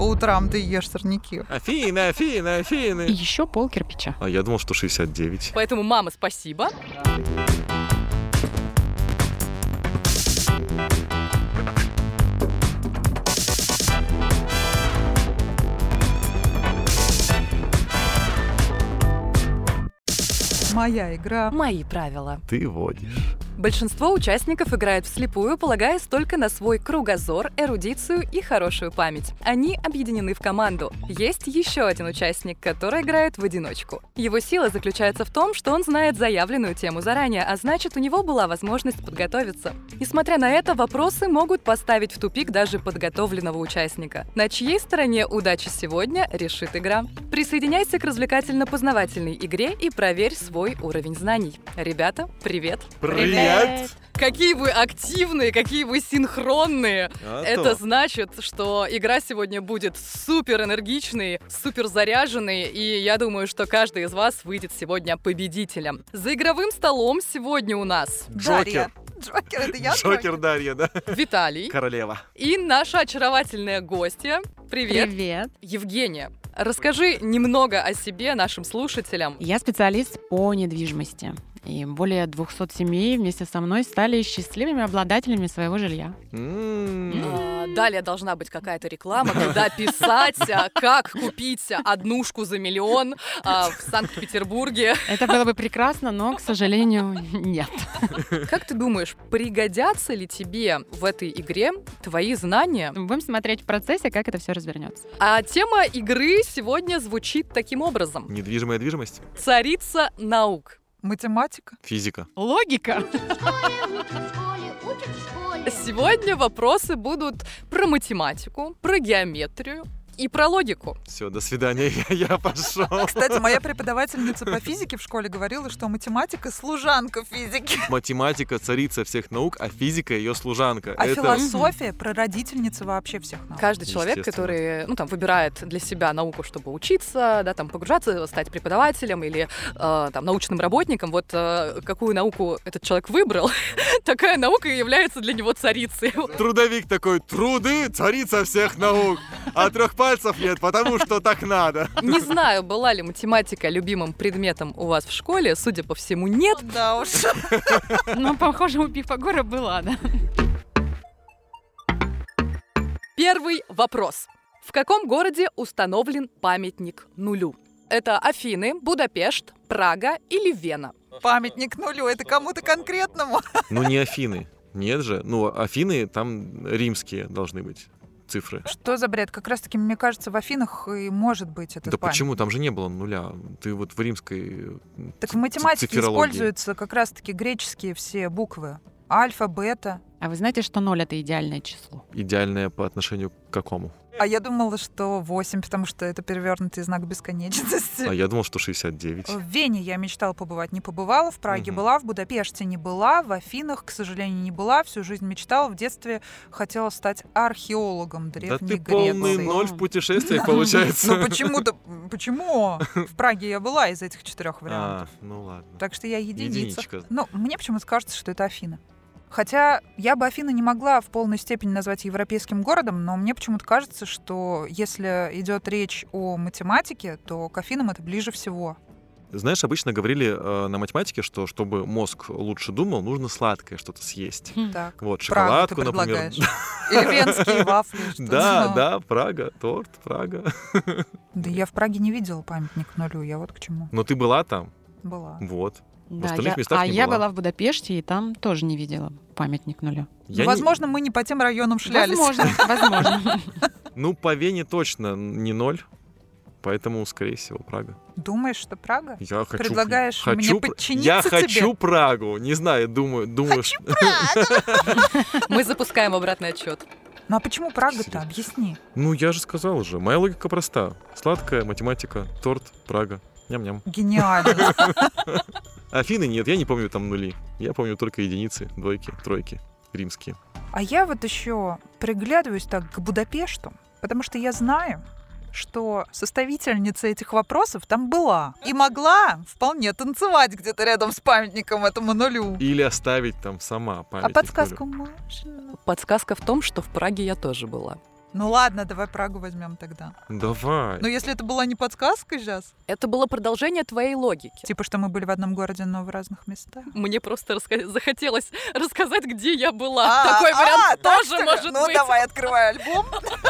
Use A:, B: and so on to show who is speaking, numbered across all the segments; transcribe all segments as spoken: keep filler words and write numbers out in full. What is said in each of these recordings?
A: утрам ты ешь сорняки.
B: Афины, Афины, Афины.
C: И еще пол кирпича.
B: А я думал, что шестьдесят девять.
D: Поэтому, мама, спасибо.
A: Моя игра.
D: Мои правила.
B: Ты водишь.
D: Большинство участников играет вслепую, полагаясь только на свой кругозор, эрудицию и хорошую память. Они объединены в команду. Есть еще один участник, который играет в одиночку. Его сила заключается в том, что он знает заявленную тему заранее, а значит, у него была возможность подготовиться. Несмотря на это, вопросы могут поставить в тупик даже подготовленного участника. На чьей стороне удача сегодня, решит игра. Присоединяйся к развлекательно-познавательной игре и проверь свой уровень знаний. Ребята, привет!
B: Привет!
D: Какие вы активные, какие вы синхронные.
B: А
D: Это
B: то.
D: значит, что игра сегодня будет супер энергичной, супер заряженной, и я думаю, что каждый из вас выйдет сегодня победителем. За игровым столом сегодня у нас
A: Дарья. Джокер, это я,
B: Джокер Дарья, да?
D: Виталий
B: Королева.
D: и наша очаровательная гостья. Привет.
C: Привет.
D: Евгения, расскажи немного о себе нашим слушателям.
C: Я специалист по недвижимости. И более двухсот семей вместе со мной стали счастливыми обладателями своего жилья.
B: М.
D: А, Далее должна быть какая-то реклама, когда писать, а, как купить однушку за миллион а, в Санкт-Петербурге.
C: Это было бы прекрасно, но, к сожалению, нет.
D: Как ты думаешь, пригодятся ли тебе в этой игре твои знания?
C: Будем смотреть в процессе, как это все развернется.
D: А тема игры сегодня звучит таким образом.
B: Недвижимая движимость.
D: Царица наук.
A: Математика.
B: Физика.
C: Логика.
D: Сегодня вопросы будут про математику, про геометрию и про логику.
B: Все, до свидания, я, я пошел.
A: Кстати, моя преподавательница по физике в школе говорила, что математика — служанка физики.
B: Математика царица всех наук, а физика ее служанка.
A: А
B: Это
A: философия — прародительница вообще всех наук.
D: Каждый человек,
B: Естественно.
D: который, ну, там, выбирает для себя науку, чтобы учиться, да, там, погружаться, стать преподавателем или э, там, научным работником, вот э, какую науку этот человек выбрал, такая наука и является для него царицей.
B: трудовик такой: труды, царица всех наук. А трех пальцев нет, потому что так надо.
D: Не знаю, была ли математика любимым предметом у вас в школе, судя по всему, нет.
A: Да уж.
C: Но, похоже, у Пифагора была, да.
D: Первый вопрос. В каком городе установлен памятник нулю? Это Афины, Будапешт, Прага или Вена?
A: Памятник нулю — это кому-то конкретному.
B: Ну не Афины. Нет же. Ну, Афины там римские должны быть цифры.
A: Что за бред? Как раз-таки, мне кажется, в Афинах и может быть этот
B: Да
A: памятник.
B: почему? Там же не было нуля. Ты вот в римской
A: Так в
B: ц-
A: математике
B: циферологии.
A: используются как раз-таки греческие все буквы. Альфа, бета.
C: А вы знаете, что ноль — это идеальное число?
B: Идеальная по отношению к какому?
A: А я думала, что восемь, потому что это перевернутый знак
B: А
A: бесконечности.
B: я думал, что шестьдесят девять.
A: В Вене я мечтала побывать, не побывала, в Праге
B: Мгм.
A: была, в Будапеште не была, в Афинах, к сожалению, не была. Всю жизнь мечтала, в детстве хотела стать археологом
B: Да
A: Древней
B: ты полный
A: Греции.
B: ноль в путешествиях получается.
A: Ну почему-то, почему? В Праге я была из этих четырех вариантов.
B: А, ну ладно.
A: Так что я единица.
B: Единичка.
A: Ну, мне почему-то кажется, что это Афины. Хотя я бы Афины не могла в полной степени назвать европейским городом, но мне почему-то кажется, что если идет речь о математике, то к Афинам это ближе всего.
B: Знаешь, обычно говорили э, на математике, что чтобы мозг лучше думал, нужно сладкое что-то съесть.
A: Так.
B: Вот,
A: Прагу ты
B: шоколадку, например.
A: предлагаешь. Или венские вафли. что-то.
B: Да, да, Прага, торт, Прага.
A: Да я в Праге не видела памятник нулю, я вот к чему
B: Но ты была там?
A: была.
B: Вот. В
C: Да,
B: остальных
C: я-
B: местах
C: а
B: не
C: я
B: была.
C: была в Будапеште, и там тоже не видела памятник нулю.
A: Ну,
B: Я не-
A: возможно, мы не по тем районам шлялись.
C: Возможно, возможно.
B: Ну, по Вене точно не ноль, поэтому, скорее всего, Прага.
A: Думаешь, что Прага?
B: Я хочу...
A: Предлагаешь
B: хочу,
A: мне
B: пр-
A: подчиниться
B: Я
A: тебе?
B: хочу Прагу. Не знаю, думаю... думаю что-
D: Мы запускаем обратный отчет.
A: Ну а почему Прага-то?
B: Серьезно?
A: Объясни.
B: Ну, я же сказал уже. Моя логика проста. Сладкая, математика, торт, Прага. Ням-ням.
A: Гениально.
B: Афины нет, я не помню там нули. Я помню только единицы, двойки, тройки, римские.
A: А я вот еще приглядываюсь так к Будапешту, потому что я знаю, что составительница этих вопросов там была. И могла вполне танцевать где-то рядом с памятником этому нулю.
B: Или оставить там сама
A: А
B: памятник.
A: подсказку можно?
D: Подсказка в том, что в Праге я тоже была.
A: Ну ладно, давай Прагу возьмем тогда.
B: Давай.
A: Но если это была не подсказка сейчас,
D: Это было продолжение твоей логики.
A: типа, что мы были в одном городе, но в разных местах.
D: Мне просто раска- захотелось рассказать, где я была.
A: А,
D: Такой
A: а,
D: вариант
A: так,
D: тоже
A: что ли?
D: может
A: ну,
D: быть.
A: давай, открывай альбом.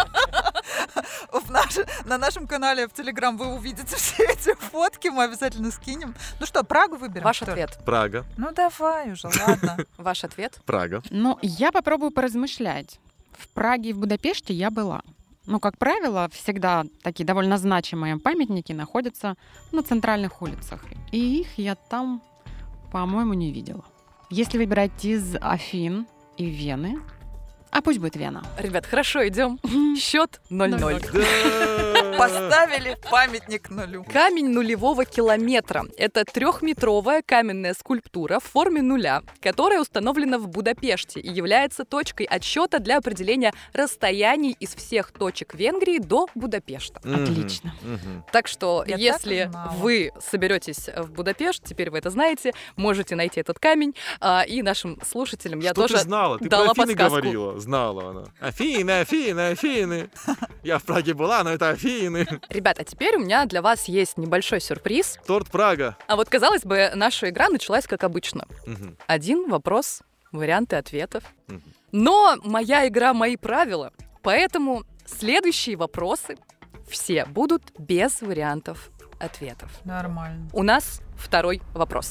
A: В наш- На нашем канале в Телеграм вы увидите все эти фотки, мы обязательно скинем. Ну что, Прагу выберем?
D: Ваш
A: что ли?
D: ответ.
B: Прага.
A: Ну давай уже, ладно.
D: Ваш ответ.
B: Прага.
C: Ну, я попробую поразмышлять. В Праге и в Будапеште я была. Ну, как правило, всегда такие довольно значимые памятники находятся на центральных улицах. И их я там, по-моему, не видела. Если выбирать из Афин и Вены, а пусть будет Вена.
D: Ребят, хорошо, идем. Счет ноль-ноль.
B: Да.
A: Поставили памятник нулю.
D: Камень нулевого километра. Это трехметровая каменная скульптура в форме нуля, которая установлена в Будапеште и является точкой отсчета для определения расстояний из всех точек Венгрии до Будапешта.
B: Мгм.
C: Отлично.
B: Мгм.
D: Так что,
A: Я так и
D: если
A: знала.
D: вы соберетесь в Будапешт, теперь вы это знаете, можете найти этот камень. А, и нашим слушателям я
B: Что
D: тоже
B: ты знала? Ты
D: дала
B: про Афины
D: подсказку.
B: говорила. Знала она. Афины, Афины, Афины. Я в Праге была, но это Афины.
D: Ребят, а теперь у меня для вас есть небольшой сюрприз.
B: Торт Прага.
D: А вот, казалось бы, наша игра началась как обычно.
B: Мгм.
D: Один вопрос, варианты ответов.
B: Мгм.
D: Но моя игра — мои правила, поэтому следующие вопросы все будут без вариантов ответов.
A: Нормально.
D: У нас второй вопрос.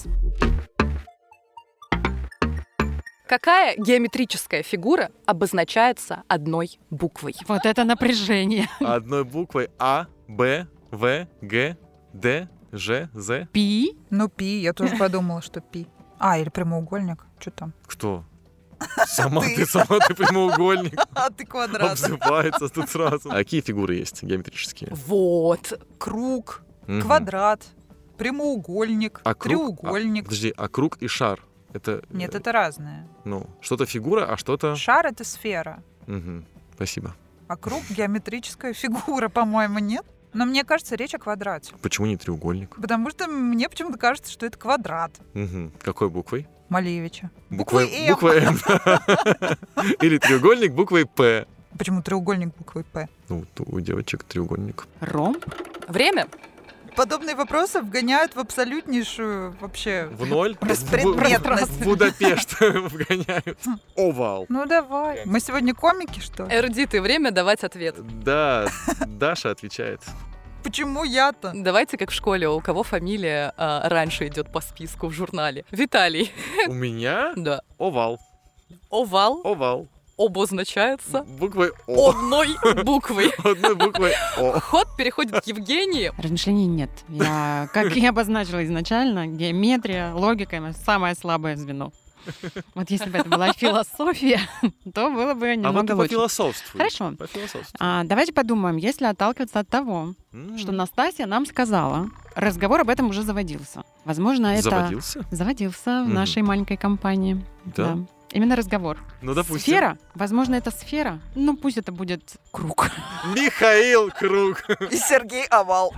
D: Какая геометрическая фигура обозначается одной буквой?
C: Вот это напряжение.
B: Одной буквой А, Б, В, Г, Д, Ж, З.
C: Пи.
A: Ну, пи, я тоже подумала, что пи. А, или прямоугольник. Что там?
B: Кто? Сама
A: Ты.
B: ты, сама ты прямоугольник.
A: А, ты квадрат.
B: Обзывается тут сразу. А какие фигуры есть геометрические?
D: Вот.
A: Круг,
B: Мгм.
A: квадрат, прямоугольник,
B: А круг?
A: треугольник.
B: А, подожди, а круг и шар? Это,
A: Нет,
B: э,
A: это разное.
B: ну, что-то фигура, а что-то...
A: Шар — это сфера,
B: Мгм. Спасибо.
A: а круг — геометрическая фигура, по-моему, нет? Но мне кажется, речь о квадрате.
B: Почему не треугольник?
A: Потому что мне почему-то кажется, что это квадрат
B: Мгм. Какой буквой?
A: Малевича.
B: Буквой
A: Буквой «М».
B: буквой М. Или треугольник буквой П.
A: Почему треугольник буквой П?
B: Ну, у девочек треугольник.
C: Ром.
D: Время.
A: Подобные вопросы вгоняют в абсолютнейшую вообще...
B: В ноль?
A: Беспредметность.
B: В Будапешт вгоняют. Овал.
A: Ну давай. Мы сегодня комики, что ли?
D: Эрудиты, время давать ответ.
B: Да, Даша отвечает.
A: Почему я-то?
D: Давайте как в школе, у кого фамилия а, раньше идет по списку в журнале. Виталий.
B: У меня
D: Да.
B: овал.
D: Овал
B: Овал.
D: обозначается
B: Буквой О.
D: одной буквой.
B: Одной буквой О.
D: Ход переходит к Евгении.
C: Размышлений нет. Я, как я обозначила изначально, геометрия, логика — это самое слабое звено. Вот если бы это была философия, то было бы
B: А вот
C: немного
B: ты
C: лучше.
B: пофилософствуй.
C: Хорошо.
B: Пофилософствуй.
C: А, давайте подумаем, если отталкиваться от того,
B: М.
C: что Настасья нам сказала, разговор об этом уже заводился. Возможно, это...
B: Заводился?
C: Заводился в
B: Мгм.
C: нашей маленькой компании.
B: Да?
C: Именно разговор.
B: Ну, допустим.
C: Сфера? Возможно, это сфера. Ну, пусть это будет круг.
B: Михаил Круг.
A: И Сергей Овал.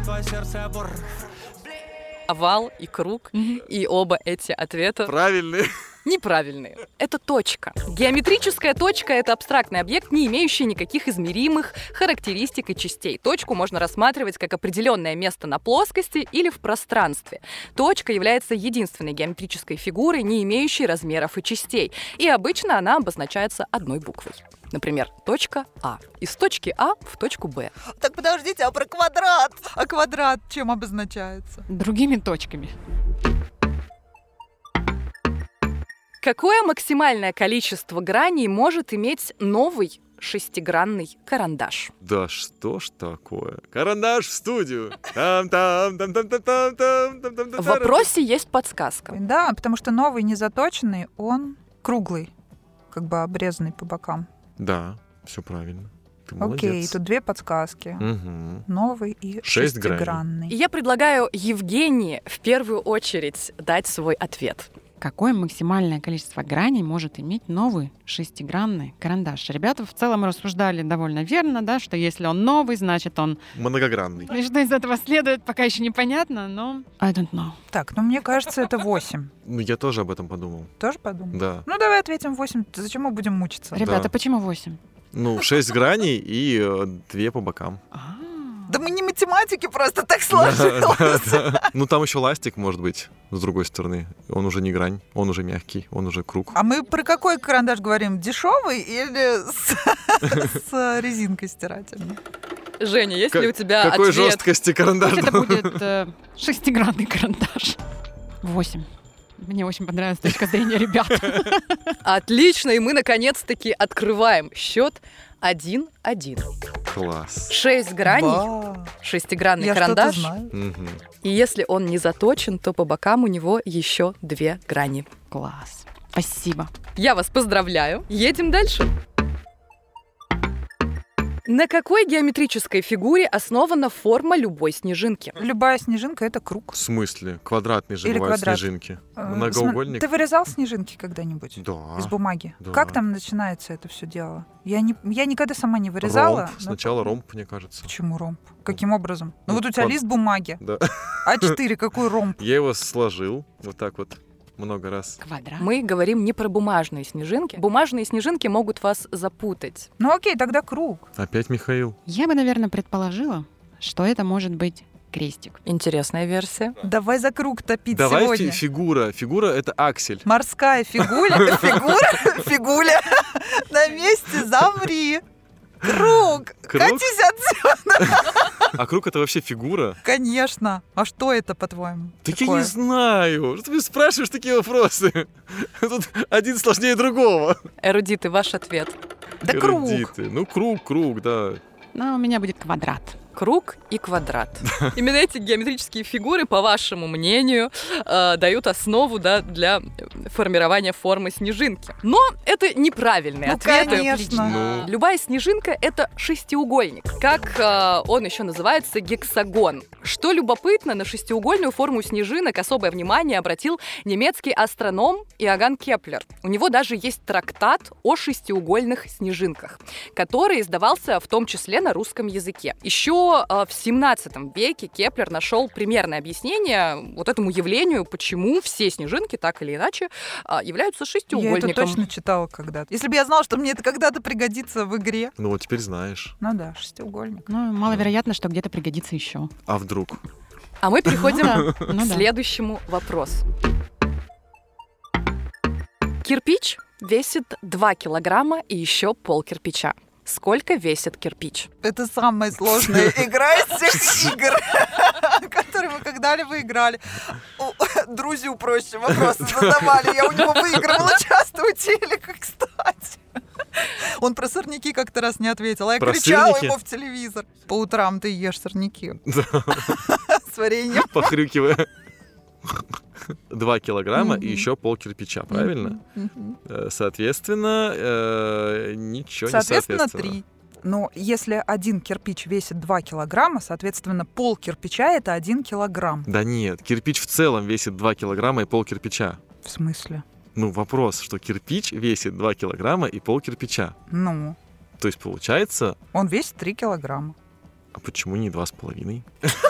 D: Овал и круг. И оба эти ответа
B: Правильный.
D: неправильные. Это точка. Геометрическая точка — это абстрактный объект, не имеющий никаких измеримых характеристик и частей. Точку можно рассматривать как определенное место на плоскости или в пространстве. Точка является единственной геометрической фигурой, не имеющей размеров и частей. И обычно она обозначается одной буквой. Например, точка А. Из точки А в точку Б.
A: Так подождите, а про квадрат? А квадрат чем обозначается?
C: Другими точками.
D: Какое максимальное количество граней может иметь новый шестигранный карандаш?
B: Да что ж такое? Карандаш в студию. Там там там там там там там там там.
D: В вопросе есть подсказка.
A: Да, потому что новый незаточенный, он круглый, как бы обрезанный по бокам.
B: Да, все правильно. Ты
A: Окей,
B: молодец.
A: тут две подсказки.
B: Мгм.
A: Новый и
B: Шесть граней.
A: шестигранный.
D: И я предлагаю Евгении в первую очередь дать свой ответ.
C: Какое максимальное количество граней может иметь новый шестигранный карандаш? Ребята в целом рассуждали довольно верно, да, что если он новый, значит он...
B: Многогранный.
C: И что из этого следует, пока еще непонятно, но... I don't know.
A: Так, ну мне кажется, это восемь.
B: Ну, я тоже об этом подумал.
A: Тоже подумал?
B: Да.
A: Ну давай ответим восемь. Зачем мы будем мучиться?
C: Ребята,
B: Да.
C: почему восемь?
B: Ну, шесть граней и э, две по бокам.
C: А,
A: Да мы не математики, просто так
B: Да,
A: сложилось.
B: да, да. Ну, там еще ластик, может быть, с другой стороны. Он уже не грань, он уже мягкий, он уже круг.
A: А мы про какой карандаш говорим? Дешевый или с, с резинкой стирательной?
D: Женя, есть
B: Как-
D: ли у тебя
B: Какой
D: ответ?
B: жесткости карандаш?
C: пусть это будет э, шестигранный карандаш. Восемь. Мне очень понравилась точка зрения ребят.
D: Отлично, и мы наконец-таки открываем счет один-один.
B: Класс.
D: Шесть граней,
A: Ба,
D: шестигранный
A: я что-то
D: карандаш.
A: знаю.
B: Мгм.
D: И если он не заточен, то по бокам у него еще две грани.
C: Класс. Спасибо.
D: Я вас поздравляю. Едем дальше. На какой геометрической фигуре основана форма любой снежинки?
A: Любая снежинка — это круг.
B: В смысле? Квадратные же
A: Или
B: бывают
A: квадрат.
B: снежинки.
A: Э,
B: Многоугольник?
A: см- Ты вырезал снежинки когда-нибудь?
B: Да.
A: Из бумаги?
B: Да.
A: Как там начинается это все дело? Я, не, я никогда сама не вырезала.
B: Ромб.
A: но
B: Сначала
A: помню.
B: ромб, мне кажется.
A: Почему ромб? Каким образом? Ну
B: Ну,
A: вот у тебя
B: квад-
A: лист бумаги.
B: Да.
A: А четыре, какой ромб?
B: Я его сложил вот так вот много раз.
C: Квадрат.
D: Мы говорим не про бумажные снежинки. Бумажные снежинки могут вас запутать.
A: Ну окей, тогда круг.
B: Опять Михаил.
C: Я бы, наверное, предположила, что это может быть крестик.
D: Интересная версия.
A: Давай за круг топить
B: Давай фи-
A: сегодня.
B: фигура. Фигура — это аксель.
A: Морская фигуля, фигура, фигуля. На месте замри. Круг.
B: Круг?
A: Катись отсюда.
B: А круг — это вообще фигура?
A: Конечно. А что это, по-твоему?
B: Так я
A: такое?
B: не знаю. Что ты мне спрашиваешь такие вопросы? Тут один сложнее другого.
D: Эрудиты, ваш ответ.
A: Да круг.
B: Эрудиты. Ну, круг, круг, да.
C: Но у меня будет квадрат.
D: Круг и квадрат. Именно эти геометрические фигуры, по вашему мнению, э, дают основу, да, для формирования формы снежинки. Но это неправильные
A: Ну,
D: ответы.
A: конечно.
B: Ну,
D: Любая снежинка — это шестиугольник. Как э, он еще называется, гексагон. Что любопытно, на шестиугольную форму снежинок особое внимание обратил немецкий астроном Иоганн Кеплер. У него даже есть трактат о шестиугольных снежинках, который издавался в том числе на русском языке. Еще э, в семнадцатом веке Кеплер нашел примерное объяснение вот этому явлению, почему все снежинки так или иначе э, являются
A: Я
D: шестиугольником.
A: это точно читала когда-то. Если бы я знала, что мне это когда-то пригодится в игре.
B: ну вот теперь знаешь.
A: Ну да, шестиугольник.
C: Ну, маловероятно, что где-то пригодится еще.
B: А вдруг?
D: А мы переходим
C: Ну
D: к
C: да.
D: следующему вопросу. Кирпич весит два килограмма и еще пол кирпича. Сколько весит кирпич?
A: Это самая сложная игра из всех игр, которые мы когда-либо играли. У- Друзью проще вопросы задавали. Я у него выигрывала часто у телека, кстати. Он про сорняки как-то раз не ответил, а я
B: Про
A: кричала
B: сырники?
A: ему в телевизор. По утрам ты ешь сорняки
B: Да.
A: с вареньем.
B: Похрюкивая. Два килограмма и
A: Мгм.
B: еще пол кирпича, правильно?
A: Мгм.
B: Э, Соответственно, э, ничего
A: Соответственно,
B: не соответственно.
A: три. Но если один кирпич весит два килограмма, соответственно, пол кирпича — это один килограмм.
B: Да нет, кирпич в целом весит два килограмма и пол кирпича.
A: В смысле?
B: Ну, вопрос, что кирпич весит два килограмма и пол кирпича.
A: Ну,
B: То есть получается,
A: он весит три килограмма.
B: а почему не два с половиной?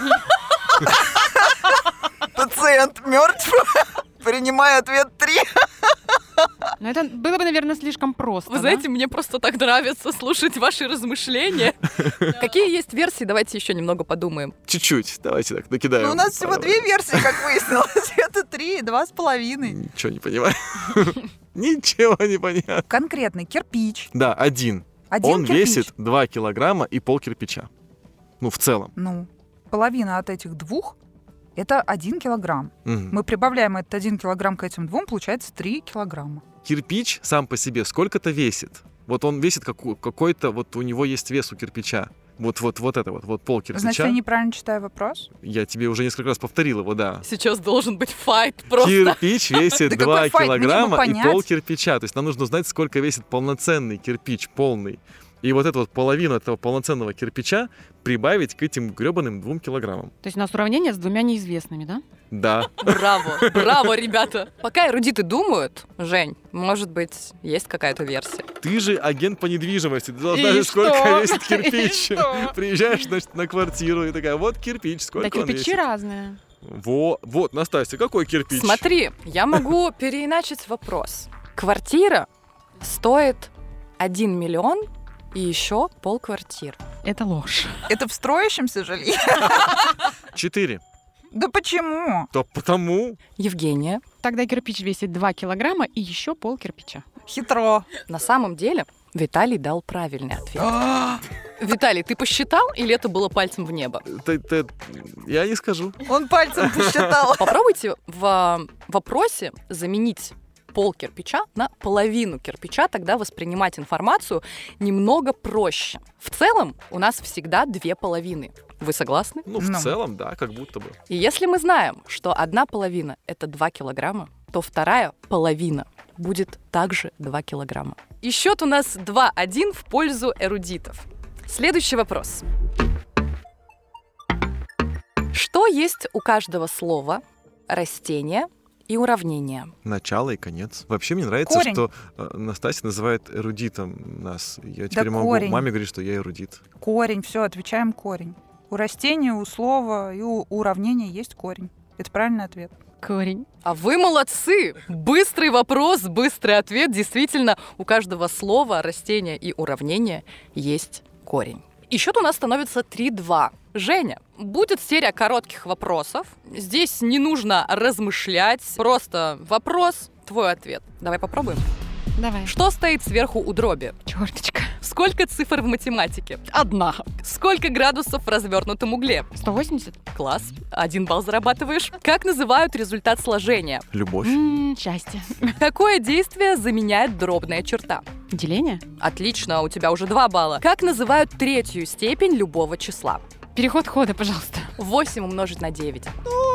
A: Пациент мертв. Принимай ответ три.
C: Но это было бы, наверное, слишком просто.
D: Вы
C: да?
D: знаете, мне просто так нравится слушать ваши размышления. Какие есть версии? Давайте еще немного подумаем.
B: Чуть-чуть, давайте так, накидаем.
A: Ну, у нас всего
B: пару.
A: две версии, как выяснилось. Это три и два с половиной.
B: Ничего не понимаю. Ничего не понятно.
A: Конкретный кирпич.
B: Да, один.
A: Один
B: Он
A: кирпич.
B: весит два килограмма и пол кирпича. Ну, в целом.
A: Ну, половина от этих двух — это один килограмм.
B: Мгм.
A: Мы прибавляем этот один килограмм к этим двум, получается три килограмма.
B: Кирпич сам по себе сколько-то весит. Вот он весит каку- какой-то, вот у него есть вес у кирпича. Вот, вот, вот это вот, вот пол кирпича.
A: Значит, я неправильно читаю вопрос?
B: Я тебе уже несколько раз повторил его, да.
D: Сейчас должен быть файт просто.
B: Кирпич весит
A: Да
B: два
A: какой файт? Мне бы
B: килограмма и
A: понять.
B: пол кирпича. То есть нам нужно узнать, сколько весит полноценный кирпич, полный. И вот эту вот половину этого полноценного кирпича прибавить к этим гребаным двум килограммам.
C: То есть у нас уравнение с двумя неизвестными, да?
B: Да.
D: Браво, браво, ребята. Пока эрудиты думают, Жень, может быть, есть какая-то версия.
B: Ты же агент по недвижимости. Ты должна
C: И
B: знать, сколько
C: что?
B: весит кирпич.
C: И что?
B: Приезжаешь, значит, на квартиру и такая, вот кирпич, сколько
C: Да,
B: он
C: кирпичи
B: весит.
C: разные.
B: Во, вот, Настасья, какой кирпич?
D: Смотри, я могу переиначить вопрос. Квартира стоит один миллион И еще полквартир.
C: Это ложь.
A: Это в строящемся жилье?
B: Четыре.
A: Да почему?
B: Да потому.
D: Евгения,
C: Тогда кирпич весит два килограмма и еще пол кирпича.
A: Хитро.
D: на самом деле Виталий дал правильный ответ.
A: А,
D: Виталий, ты посчитал или это было пальцем в небо?
B: Т- т- Я не скажу.
A: Он пальцем посчитал.
D: Попробуйте в вопросе заменить пол кирпича на половину кирпича, тогда воспринимать информацию немного проще. В целом у нас всегда две половины. Вы согласны?
B: Ну, в
A: Ну.
B: целом, да, как будто бы.
D: И если мы знаем, что одна половина — это два килограмма, то вторая половина будет также два килограмма. И счет у нас два-один в пользу эрудитов. Следующий вопрос. Что есть у каждого слова, растения и уравнения?
B: Начало и конец. Вообще мне нравится,
A: Корень.
B: что э, Настасья называет эрудитом нас. Я теперь могу
A: корень.
B: маме говорить, что я эрудит.
A: Корень, все, отвечаем корень. У растения, у слова и у уравнения есть корень. Это правильный ответ.
C: Корень.
D: А вы молодцы! Быстрый вопрос, быстрый ответ. Действительно, у каждого слова, растения и уравнения есть корень. И счет у нас становится три-два. Женя, будет серия коротких вопросов. Здесь не нужно размышлять. Просто вопрос, твой ответ. Давай попробуем.
C: Давай.
D: Что стоит сверху у дроби?
C: Черточка.
D: Сколько цифр в математике?
C: Одна.
D: Сколько градусов в развернутом угле?
C: сто восемьдесят.
D: Класс. Один балл зарабатываешь. Как называют результат сложения?
B: Любовь.
C: М, Счастье.
D: Какое действие заменяет дробная черта?
C: Деление.
D: Отлично, у тебя уже два балла. Как называют третью степень любого числа?
C: Переход хода, пожалуйста.
D: восемь умножить на девять.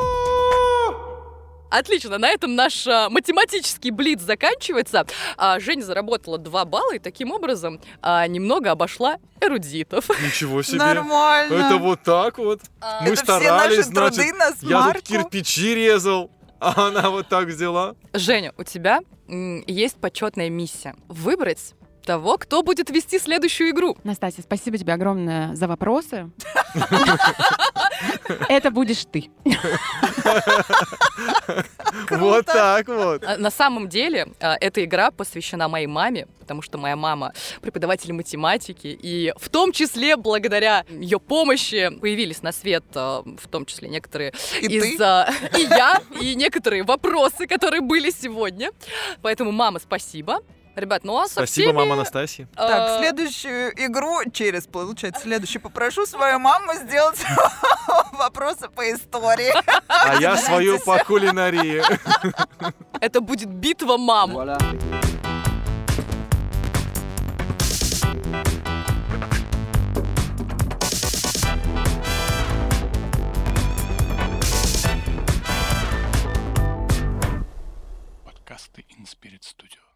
D: Отлично, на этом наш а, математический блиц заканчивается. А, Женя заработала два балла и таким образом а, немного обошла эрудитов.
B: Ничего себе.
A: Нормально.
B: Это вот так вот.
D: А,
B: Мы
A: Это
B: старались,
A: все наши
B: значит.
A: труды на
B: Я тут
A: смарку.
B: кирпичи резал, а она вот так взяла.
D: Женя, у тебя м, есть почетная миссия. Выбрать того, кто будет вести следующую игру.
C: Настасья, спасибо тебе огромное за вопросы. Это будешь ты.
B: Вот так вот.
D: А, На самом деле, а, эта игра посвящена моей маме, потому что моя мама преподаватель математики, и в том числе благодаря ее помощи появились на свет, а, в том числе некоторые
A: И
D: из...
A: ты?
D: а, И я, и некоторые вопросы, которые были сегодня. Поэтому, мама, спасибо. Ребят, ну а со
B: Спасибо,
D: всеми,
B: мама Настасья.
D: а,
A: Так, следующую игру, через, получается, следующую попрошу свою маму сделать вопросы по истории.
B: А я свою по кулинарии.
D: это будет битва мам.
E: Подкасты InSpirit Studio.